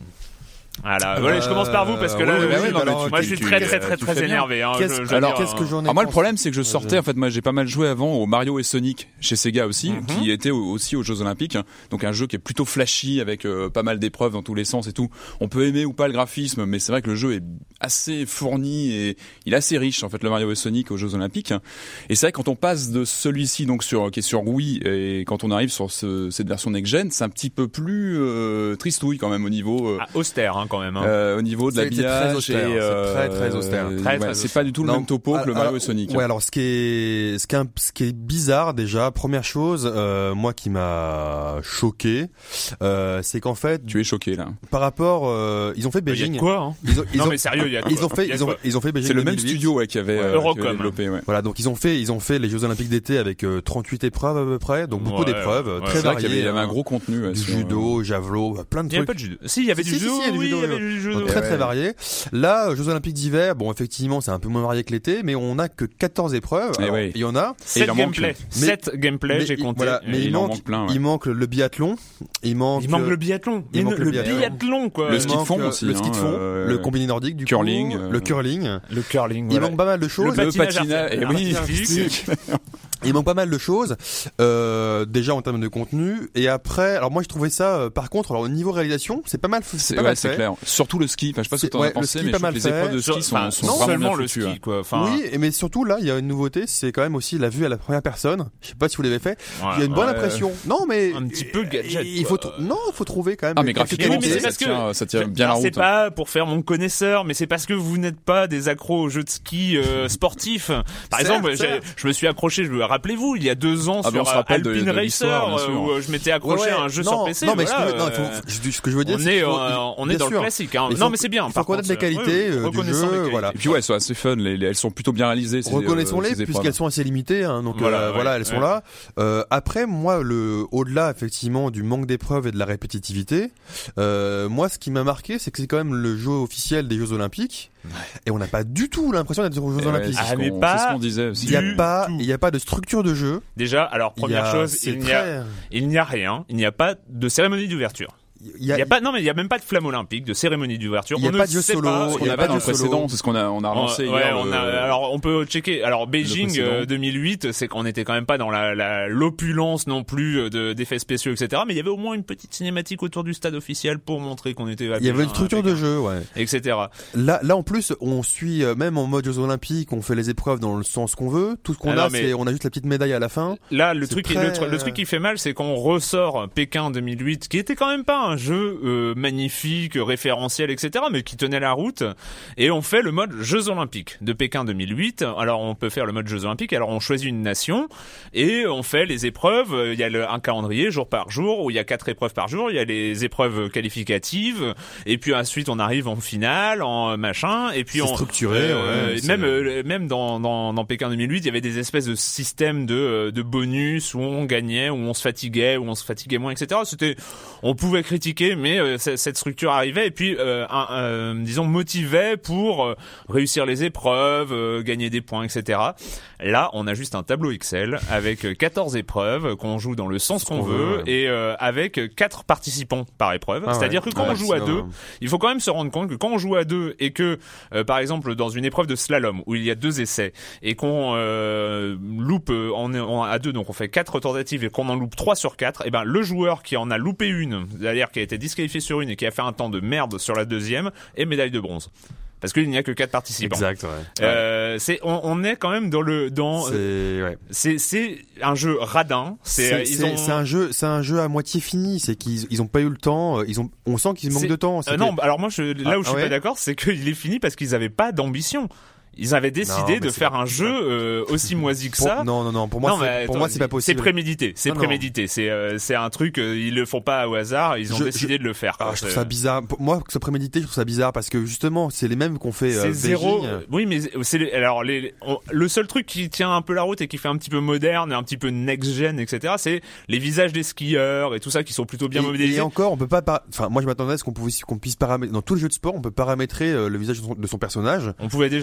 Voilà, euh, voilà, je commence par vous parce que là, oui, oui, oui, oui, bah alors, moi tu, je suis tu, très tu, très très tu très fais énervé. Hein, qu'est-ce, je, je alors dire, qu'est-ce que j'en ai alors moi, le problème, c'est que je sortais, en fait, moi j'ai pas mal joué avant au Mario et Sonic chez Sega aussi, Mm-hmm. qui était aussi aux Jeux Olympiques. Donc un jeu qui est plutôt flashy avec euh, pas mal d'épreuves dans tous les sens et tout. On peut aimer ou pas le graphisme, mais c'est vrai que le jeu est assez fourni et il est assez riche en fait, le Mario et Sonic aux Jeux Olympiques. Et c'est vrai que quand on passe de celui-ci donc sur qui est sur Wii et quand on arrive sur ce, cette version next-gen, c'est un petit peu plus euh, tristouille quand même au niveau euh, ah, austère hein, quand même. Hein. Euh, au niveau de c'est, l'habillage c'est très austère, et euh, c'est très très austère. euh, Très, très ouais, austère. c'est pas du tout le Non, même topo que le Mario et Sonic. Ouais, alors ce qui est ce qui est, ce qui est bizarre déjà, première chose, euh, moi qui m'a choqué, euh, c'est qu'en fait, Tu es choqué là. par rapport, euh, ils ont fait Il y a Beijing. de quoi hein. Ils ont, ils Non ont, mais sérieux, il y a de ils quoi. ont fait, Il y a de ils ont, quoi. ils ont fait Beijing. C'est le même deux mille huit. studio ouais, qui avait, Ouais. euh, qui Eurocom. avait développé. Ouais. Voilà, donc ils ont fait, ils ont fait les Jeux Olympiques d'été avec euh, trente-huit épreuves à peu près, donc beaucoup Ouais, d'épreuves, ouais, très C'est vrai variées. qu'il y avait, il y avait un hein. gros contenu. ouais, Du sur, euh, judo, javelot, plein de Il y avait trucs. pas de judo. Si, il y avait Si, du si, judo. si, il y a du Oui, il y judo, avait du judo. Donc, très Ouais. très varié. Là, Jeux Olympiques d'hiver, bon effectivement c'est un peu moins varié que l'été, mais on a que quatorze épreuves. Eh Alors, oui. il y en a. sept il en manque- gameplay. mais- sept gameplay, mais j'ai il- compté. voilà, Et mais il il en manque, manque plein, ouais. il manque le biathlon, il manque, Il manque le biathlon. il Mais manque le, le le biathlon. biathlon quoi. Le il ski de manque, fond euh, aussi, le ski de hein, fond, euh, le combiné nordique du curling, coup, euh, le curling. Le curling. Il voilà. manque pas mal de choses. Le le patinage patinage. Et oui, artistique. Il manque pas mal de choses, euh, déjà en termes de contenu. Et après, alors moi je trouvais ça, euh, par contre, alors au niveau réalisation, c'est pas mal, c'est, C'est, pas ouais, mal c'est fait. clair. Surtout le ski. Enfin, je sais pas ce que C'est- t'en ouais, as le pensé, ski mais pas je trouve mal que les fait. épreuves de ski Sur- sont, enfin, sont non vraiment seulement bien le foutues, ski ouais. quoi. Enfin, Oui, et mais surtout là, il y a une nouveauté, c'est quand même aussi la vue à la première personne. Je sais pas si vous l'avez fait. voilà, Il y a une bonne ouais. impression. Non, mais Un petit peu gadget, Il faut quoi. tr- non, il faut trouver quand même. Ah, mais quelques graphiquement, mais qualités. c'est ça, parce ça que- tient, ça tient Je- bien la alors, route. C'est pas pour faire mon connaisseur, mais c'est parce que vous n'êtes pas des accros aux jeux de ski euh, sportifs. Par Certes, exemple, j'ai- certes. je me suis accroché, je me rappelez-vous, il y a deux ans Ah, ben, sur on se rappelle Alpine de- de l'histoire, Racer, bien sûr. euh, où euh, je m'étais accroché Ouais, ouais. à un jeu non, sur P C. Non, mais voilà, ce que, non, il faut- euh, je- ce que je veux dire, on c'est qu'il est, faut- euh, on est bien dans sûr. le classique. Hein. Il faut- Non, mais c'est bien. Il faut par connaître contre, les qualités euh, euh, du reconnaissons jeu, les qualités. voilà. Et puis ouais, c'est assez fun. Les, les- elles sont plutôt bien réalisées. Ces, Reconnaissons-les euh, ces puisqu'elles épreuves. sont assez limitées, hein, donc Voilà, euh, ouais, voilà, elles ouais. sont là. Euh, après, moi, le au-delà effectivement du manque d'épreuves et de la répétitivité, euh, moi, ce qui m'a marqué, c'est que c'est quand même le jeu officiel des Jeux Olympiques, et on n'a pas du tout l'impression d'être aux Jeux Et ouais, Olympiques. c'est ce Ah, mais qu'on- pas c'est ce qu'on disait aussi. Il n'y a du pas, tout. il y a pas de structure de jeu. Déjà, alors Il y première a- chose, c'est il n'y a, très- il n'y a rien. Il n'y a pas de cérémonie d'ouverture. il y Il a, y a pas, non mais il y a même pas de flamme olympique, de cérémonie d'ouverture. Il y a On pas ne de jeu sait solo, pas- il Ce y qu'on a avait pas dans de le précédent, solo. c'est ce qu'on a, on a relancé ouais, hier. on le- a, alors on peut checker. Alors Beijing précédent. euh, deux mille huit, c'est qu'on n'était quand même pas dans la, la l'opulence non plus euh, de, d'effets spéciaux, et cetera. Mais il y avait au moins une petite cinématique autour du stade officiel pour montrer qu'on était. il y avait une structure de jeu, ouais. et cetera. Là, là en plus, on suit euh, même en mode Jeux Olympiques, on fait les épreuves dans le sens qu'on veut. Tout ce qu'on Ah a, non, mais- c'est on a juste la petite médaille à la fin. Là, le C'est truc, qui- très, le, tr- le truc qui fait mal, c'est qu'on ressort Pékin deux mille huit, qui était quand même pas un jeu euh, magnifique, référentiel, et cetera, mais qui tenait la route. Et on fait le mode Jeux Olympiques de Pékin deux mille huit. Alors, on peut faire le mode Jeux Olympiques. Alors, on choisit une nation et on fait les épreuves. Il y a le, un calendrier jour par jour où il y a quatre épreuves par jour. Il y a les épreuves qualificatives. Et puis ensuite, on arrive en finale, en machin. Et puis C'est on structuré, euh, ouais, c'est- même euh, même dans, dans dans Pékin deux mille huit, il y avait des espèces de systèmes de de bonus où on gagnait, où on se fatiguait, où on se fatiguait moins, et cetera. C'était, on pouvait critiquer, mais euh, c- cette structure arrivait et puis euh, un, euh, disons motivait pour euh, réussir les épreuves, euh, gagner des points, et cetera. Là, on a juste un tableau Excel avec euh, quatorze épreuves qu'on joue dans le sens qu'on qu'on veut, veut, ouais. et euh, avec quatre participants par épreuve. Ah C'est-à-dire ouais. que quand Ah, on joue à c'est, deux, euh, il faut quand même se rendre compte que quand on joue à deux et que, euh, par exemple, dans une épreuve de slalom où il y a deux essais et qu'on euh, loupe euh, en, en- à deux, donc on fait quatre tentatives et qu'on en loupe trois sur quatre, et ben le joueur qui en a loupé une, c'est-à-dire qui a été disqualifié sur une et qui a fait un temps de merde sur la deuxième, est médaille de bronze. Parce qu'il n'y a que quatre participants. Exact, ouais. Euh, c'est, on, on est quand même dans le, dans, C'est, ouais. c'est, c'est un jeu radin. C'est, C'est, ils c'est, ont. c'est un jeu, c'est un jeu à moitié fini. C'est qu'ils, ils ont pas eu le temps. euh, Ils ont, on sent qu'ils manquent C'est- de temps. Euh, C'était- non, alors moi, je, là Ah, où je ah suis ouais pas d'accord, c'est qu'il est fini parce qu'ils avaient pas d'ambition. Ils avaient décidé Non, mais de c'est faire pas un jeu euh, aussi moisi que Pour- ça. non, non, non. Pour moi, Non, c'est, mais pour attends, moi, c'est pas possible. C'est prémédité, c'est Non, non. prémédité. C'est euh, c'est un truc, euh, ils le font pas au hasard. Ils ont Je- décidé de le faire. Ah, quoi. je trouve C'est- ça bizarre. Pour moi, que ce prémédité, je trouve ça bizarre parce que justement, c'est les mêmes qu'on fait. euh, C'est zéro. Beijing. Oui, mais c'est les- alors les, on- le seul truc qui tient un peu la route et qui fait un petit peu moderne, et un petit peu next gen, et cetera. C'est les visages des skieurs et tout ça qui sont plutôt bien Et- modélisés. Et encore, on peut pas. par- Enfin, moi, je m'attendais à ce qu'on pouvait, qu'on puisse paramétrer. Dans tous les jeux de sport, on peut paramétrer euh, le visage de son, de son personnage. On pouvait déjà pas dans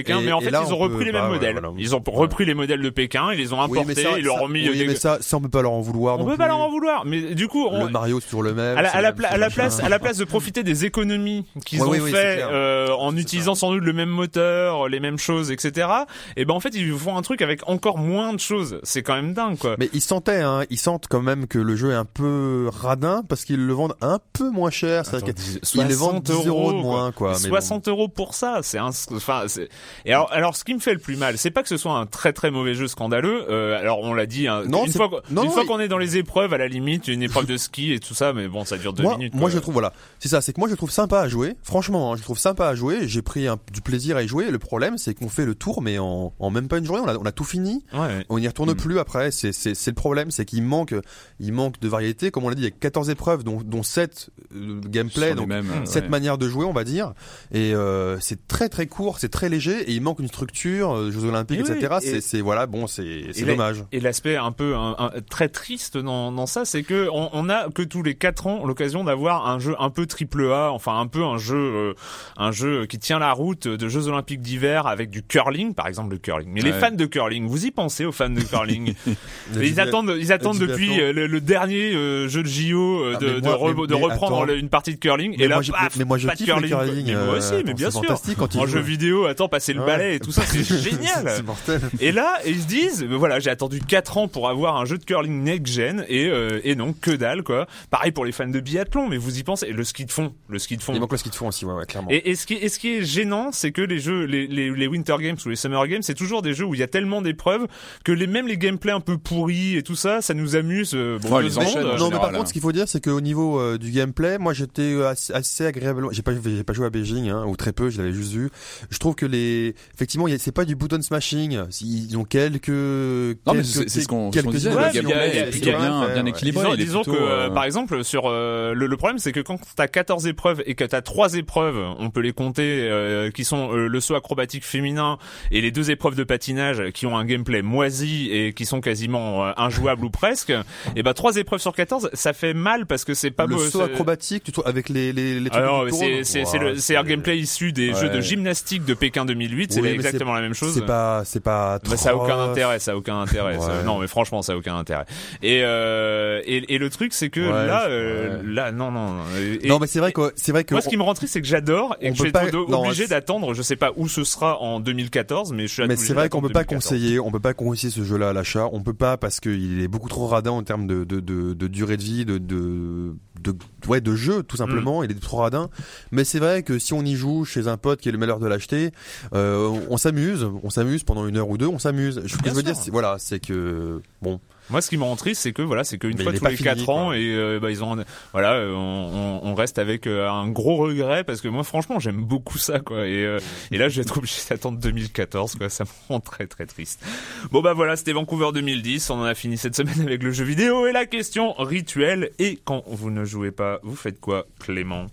Pékin, Et- mais en et fait là, ils ont on repris peut- les mêmes bah, ouais, modèles. voilà. Ils ont repris les modèles de Pékin, ils les ont Oui, importés, mais ça, ils leur ça- ont mis. oui, des- mais ça, ça on peut pas leur en vouloir. On non peut pas plus. leur en vouloir, mais du coup, on, Le Mario c'est toujours le même. à la, c'est à la, le pla- même à la machin. place, à la place de profiter des économies qu'ils Ouais, ont oui, oui, c'est fait clair. euh, en C'est utilisant sans doute le même moteur, les mêmes choses, et cetera. Et ben en fait ils font un truc avec encore moins de choses. C'est quand même dingue, quoi. Mais ils sentaient, hein, ils sentent quand même que le jeu est un peu radin parce qu'ils le vendent un peu moins cher. C'est vrai qu'ils le vendent dix euros de moins, quoi. Mais soixante euros pour ça, c'est un, enfin, c'est, et alors, alors, ce qui me fait le plus mal, c'est pas que ce soit un très très mauvais jeu scandaleux, euh, alors on l'a dit, hein, Non, une c'est- fois, qu'on- non, une fois il- qu'on est dans les épreuves, à la limite, une épreuve de ski et tout ça, mais bon, ça dure deux moi, minutes. moi quoi. je trouve voilà, c'est ça, c'est que moi je trouve sympa à jouer. Franchement, hein, je trouve sympa à jouer. J'ai pris un, du plaisir à y jouer. Le problème, c'est qu'on fait le tour, mais en, en même pas une journée, on a, on a tout fini. Ouais. On n'y retourne Mm. plus après. C'est, c'est, c'est le problème, c'est qu'il manque, il manque de variété. Comme on l'a dit, il y a quatorze épreuves, dont, dont sept euh, gameplay, Sur les donc mêmes, euh, sept ouais. manières de jouer, on va dire. Et euh, c'est très très court, c'est très léger, et il manque une structure, euh, Jeux Olympiques, Et oui, et cetera. et- C'est, c'est voilà, bon, c'est, c'est Et la- dommage. Et l'aspect un peu un, un- très triste dans, dans ça, c'est que on, on a que tous les quatre ans l'occasion d'avoir un jeu un peu triple A, enfin un peu un jeu, euh, un jeu qui tient la route de Jeux Olympiques d'hiver avec du curling, par exemple le curling. Mais les Ouais. fans de curling, vous y pensez aux fans de curling? Le Ils dubi- attendent, ils attendent le depuis dubiathlon. euh, le, le dernier euh, jeu de J O euh, Ah, de, mais de, moi- re- mais- de mais reprendre attends. une partie de curling. Mais et là, moi, je, paf, mais moi, je pas de kiffe curling. le curling. Mais moi aussi, euh, mais attends, bien c'est sûr. fantastique quand ils En jouent. jeu vidéo, attends, passer le Ouais. balai et tout ça, c'est génial. C'est mortel. Et là, ils se disent, mais voilà, j'ai attendu quatre ans pour avoir un jeu de curling next-gen et, euh, et non, que dalle, quoi. Pareil pour les fans de biathlon, mais vous y pensez. Et le ski de fond, le ski de fond. Il manque le ski de fond aussi, ouais, ouais, clairement. Et, et, ce qui, et ce qui est gênant, c'est que les jeux, les, les, les Winter Games ou les Summer Games, c'est toujours des jeux où il y a tellement d'épreuves que les, même les gameplays un peu pourris et tout ça, ça nous amuse. euh, Bon, Ouais, deux les secondes, enchaînent, euh, en non, mais général, par hein. contre, ce qu'il faut dire, c'est qu'au niveau euh, du gameplay, moi, j'étais assez, assez agréablement. J'ai pas, j'ai pas joué à Beijing, hein, ou très peu. Je l'avais juste vu. Je trouve que les, effectivement, il y a- c'est pas du button smashing. Ils ont quelques. Non, mais quelques- c'est c'est ce qu'on ce quelques qu'on disait, Ouais, le mais il y a- gameplay il y a- est il plutôt y a- bien, ouais, bien ouais. équilibré. Disons, il est disons plutôt, que, euh, euh, par exemple, sur euh, le, le problème, c'est que quand t'as quatorze épreuves et que t'as trois épreuves, on peut les compter, euh, qui sont euh, le saut acrobatique féminin et les deux épreuves de patinage qui ont un gameplay moisi et qui sont quasiment euh, injouables ou presque. Et ben trois épreuves sur quatorze, ça fait mal parce que c'est pas le beau. saut c'est- acrobatique, tu trouves, avec les les les trucs Alors, qui c'est tournent. c'est c'est Ouah, le- c'est un gameplay issu des Ouais. jeux de gymnastique de Pékin deux mille huit. C'est Oui, mais exactement la même chose. C'est pas, c'est pas. Bah, ça a aucun trop- intérêt, ça a aucun intérêt. ça. Ouais. Non, mais franchement, ça a aucun intérêt. Et euh, et, et le truc, c'est que Ouais, là, je- euh, ouais. là, non, non. Et, Non, mais c'est vrai que c'est vrai que. moi, ce qui me rend triste, c'est que j'adore et on que je peut vais pas- être do- non, obligé c'est- d'attendre. Je sais pas où ce sera en deux mille quatorze, mais je suis Mais obligé c'est vrai qu'on d'attendre peut pas deux mille quatorze. conseiller, on peut pas conseiller ce jeu-là à l'achat. On peut pas parce qu'il est beaucoup trop radin en termes de, de, de, de durée de vie, de, de, de, ouais, de jeu, tout simplement. Il est trop radin. Mais c'est vrai que si on y joue chez un pote qui a le malheur de l'acheter, euh, on, on s'amuse, on s'amuse pendant une heure ou deux, on s'amuse. Ce que Bien je veux sûr. dire, c'est, voilà, c'est que, bon. Moi, ce qui me rend triste, c'est que voilà, c'est qu'une Mais fois il est tous pas les fini, quatre quoi. ans, et euh, bah ils ont, voilà, euh, on, on, on reste avec euh, un gros regret parce que moi, franchement, j'aime beaucoup ça, quoi. Et, euh, et là, je vais être obligé d'attendre deux mille quatorze, quoi. Ça me rend très très triste. Bon bah voilà, c'était Vancouver deux mille dix. On en a fini cette semaine avec le jeu vidéo et la question rituelle. Et quand vous ne jouez pas, vous faites quoi, Clément?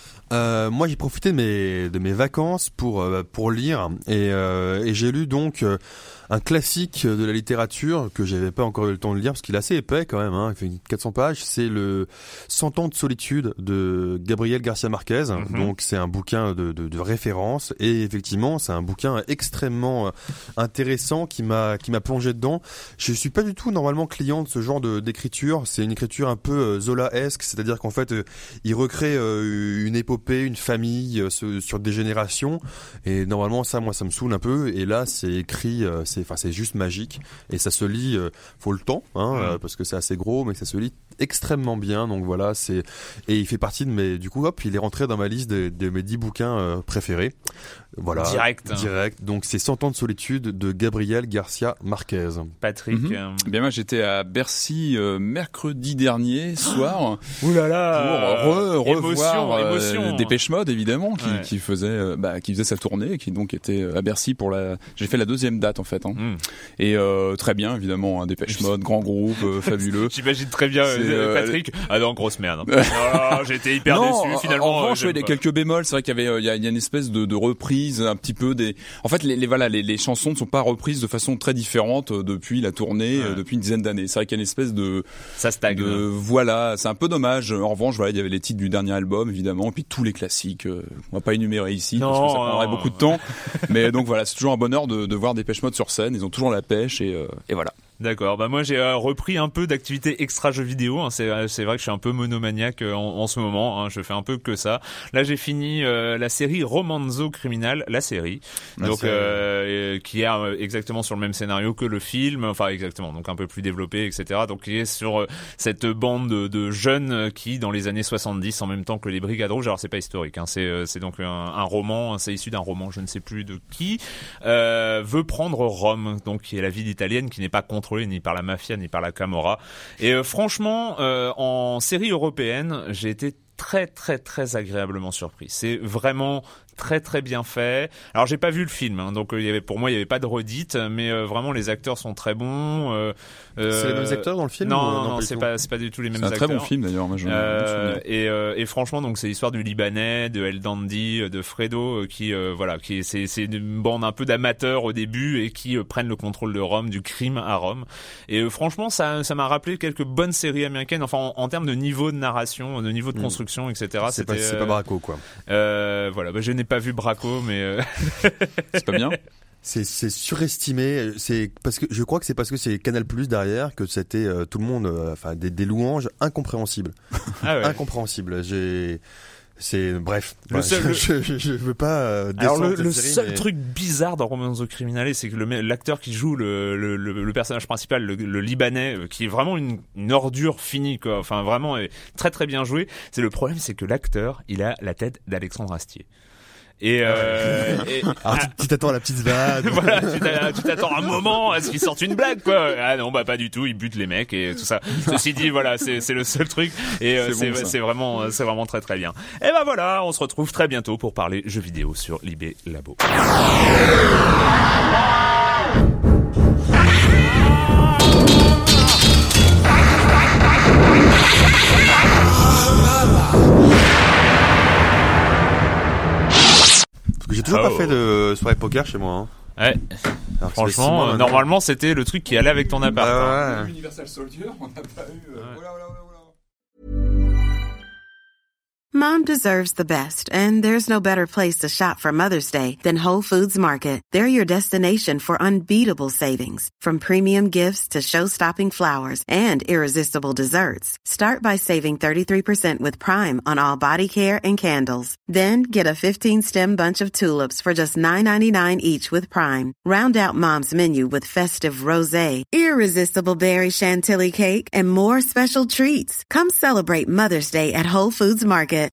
Euh, moi, j'ai profité de mes de mes vacances pour euh, pour lire et euh, et j'ai lu donc euh, un classique de la littérature que j'avais pas encore eu le temps de lire parce qu'il est assez épais quand même, hein, il fait une quatre cents pages. C'est le Cent ans de solitude de Gabriel Garcia Marquez. Mm-hmm. Donc c'est un bouquin de, de de référence et effectivement c'est un bouquin extrêmement intéressant qui m'a qui m'a plongé dedans. Je suis pas du tout normalement client de ce genre de d'écriture. C'est une écriture un peu euh, Zola-esque, c'est-à-dire qu'en fait euh, il recrée euh, une épopée, une famille euh, sur, sur des générations et normalement ça moi ça me saoule un peu et là c'est écrit euh, c'est enfin c'est juste magique et ça se lit euh, faut le temps hein, Mmh. euh, parce que c'est assez gros mais ça se lit extrêmement bien donc voilà c'est et il fait partie de mes du coup hop il est rentré dans ma liste de, de mes dix bouquins euh, préférés voilà Direct. direct donc c'est Cent ans de solitude de Gabriel Garcia Marquez. Patrick. Mhm. euh, Eh bien moi j'étais à Bercy euh, mercredi dernier soir Ouh là là. pour re- revoir émotion, euh, émotion. Dépêche Mode évidemment qui, Ouais. qui faisait euh, bah, qui faisait sa tournée qui donc était euh, à Bercy pour la j'ai fait la deuxième date en fait Hein. Mm. Et euh, très bien, évidemment, hein, Dépêche Mode, grand groupe, euh, fabuleux. J'imagine très bien C'est, euh, euh, Patrick. Ah non, grosse merde. Oh, j'étais hyper non, déçu finalement. En revanche, euh, il y a quelques bémols. C'est vrai qu'il y avait, il y a, il y a une espèce de, de reprise, un petit peu des. En fait, les, les voilà, les, les chansons ne sont pas reprises de façon très différente depuis la tournée, ouais. euh, depuis une dizaine d'années. C'est vrai qu'il y a une espèce de. Ça stagne. De, voilà, c'est un peu dommage. En revanche, voilà, il y avait les titres du dernier album, évidemment, et puis tous les classiques. Euh, on va pas énumérer ici non, parce que ça prendrait non. beaucoup de temps. Mais donc voilà, c'est toujours un bonheur de, de voir Dépêche Mode sur scène. Ils ont toujours la pêche et, euh, et voilà. D'accord. Bah moi j'ai euh, repris un peu d'activité extra jeux vidéo. Hein. C'est c'est vrai que je suis un peu monomaniaque euh, en, en ce moment. Hein. Je fais un peu que ça. Là j'ai fini euh, la série Romanzo Criminal, la série, la donc série. Euh, qui est euh, exactement sur le même scénario que le film. Enfin exactement, donc un peu plus développé, et cetera. Donc qui est sur euh, cette bande de, de jeunes qui dans les années soixante-dix, en même temps que les Brigades Rouges. Alors c'est pas historique. Hein. C'est euh, c'est donc un, un roman. Hein. C'est issu d'un roman, je ne sais plus de qui, euh, veut prendre Rome, donc qui est la ville italienne qui n'est pas contre ni par la mafia ni par la Camorra. Et euh, franchement, euh, en série européenne, j'ai été très très très agréablement surpris. C'est vraiment très très bien fait. Alors j'ai pas vu le film, hein, donc euh, il y avait pour moi il y avait pas de redite, mais euh, vraiment les acteurs sont très bons. Euh, euh, c'est les mêmes acteurs dans le film? Non, ou, non, non, non pas c'est tout. pas c'est pas du tout les mêmes c'est un acteurs. Très bon film d'ailleurs. Moi, je euh, me et, euh, et franchement donc c'est l'histoire du Libanais, de El Dandy, de Fredo, euh, qui euh, voilà, qui c'est c'est une bande un peu d'amateurs au début et qui euh, prennent le contrôle de Rome, du crime à Rome. Et euh, franchement ça ça m'a rappelé quelques bonnes séries américaines. Enfin en, en termes de niveau de narration, de niveau de construction, mmh. et cetera. C'est C'était, pas c'est euh, pas Braco quoi. Euh, voilà, bah, je n'ai pas vu Braco, mais euh... c'est pas bien. C'est, c'est surestimé. C'est parce que je crois que c'est parce que c'est Canal Plus derrière que c'était euh, tout le monde, euh, enfin des, des louanges incompréhensibles, ah ouais. incompréhensibles. J'ai, c'est bref. Le ouais, seul, je, je, je, je veux pas. Euh, Alors le, le série, seul mais... truc bizarre dans Romanzo Criminale, c'est que le, l'acteur qui joue le, le, le, le personnage principal, le, le Libanais, qui est vraiment une, une ordure finie, quoi. Enfin vraiment est très très bien joué. C'est le problème, c'est que l'acteur, il a la tête d'Alexandre Astier. Et, euh, et alors tu, tu t'attends à la petite vanne. Voilà, tu, tu t'attends un moment à ce qu'il sorte une blague, quoi. Ah non, bah pas du tout, il bute les mecs et tout ça. Ceci dit, voilà, c'est c'est le seul truc et euh, c'est c'est, bon, c'est vraiment c'est vraiment très très bien. Et ben voilà, on se retrouve très bientôt pour parler jeux vidéo sur Libé Labo. J'ai toujours oh. pas fait de soirée poker chez moi. Hein. Ouais. Alors, franchement, euh, normalement, c'était le truc qui allait avec ton appart. Bah, ouais. Universal Soldier, on n'a pas eu. Euh, ouais. Voilà, voilà, voilà. Mom deserves the best, and there's no better place to shop for Mother's Day than Whole Foods Market. They're your destination for unbeatable savings, from premium gifts to show-stopping flowers and irresistible desserts. Start by saving thirty-three percent with Prime on all body care and candles. Then get a fifteen-stem bunch of tulips for just nine ninety-nine each with Prime. Round out Mom's menu with festive rosé, irresistible berry chantilly cake, and more special treats. Come celebrate Mother's Day at Whole Foods Market.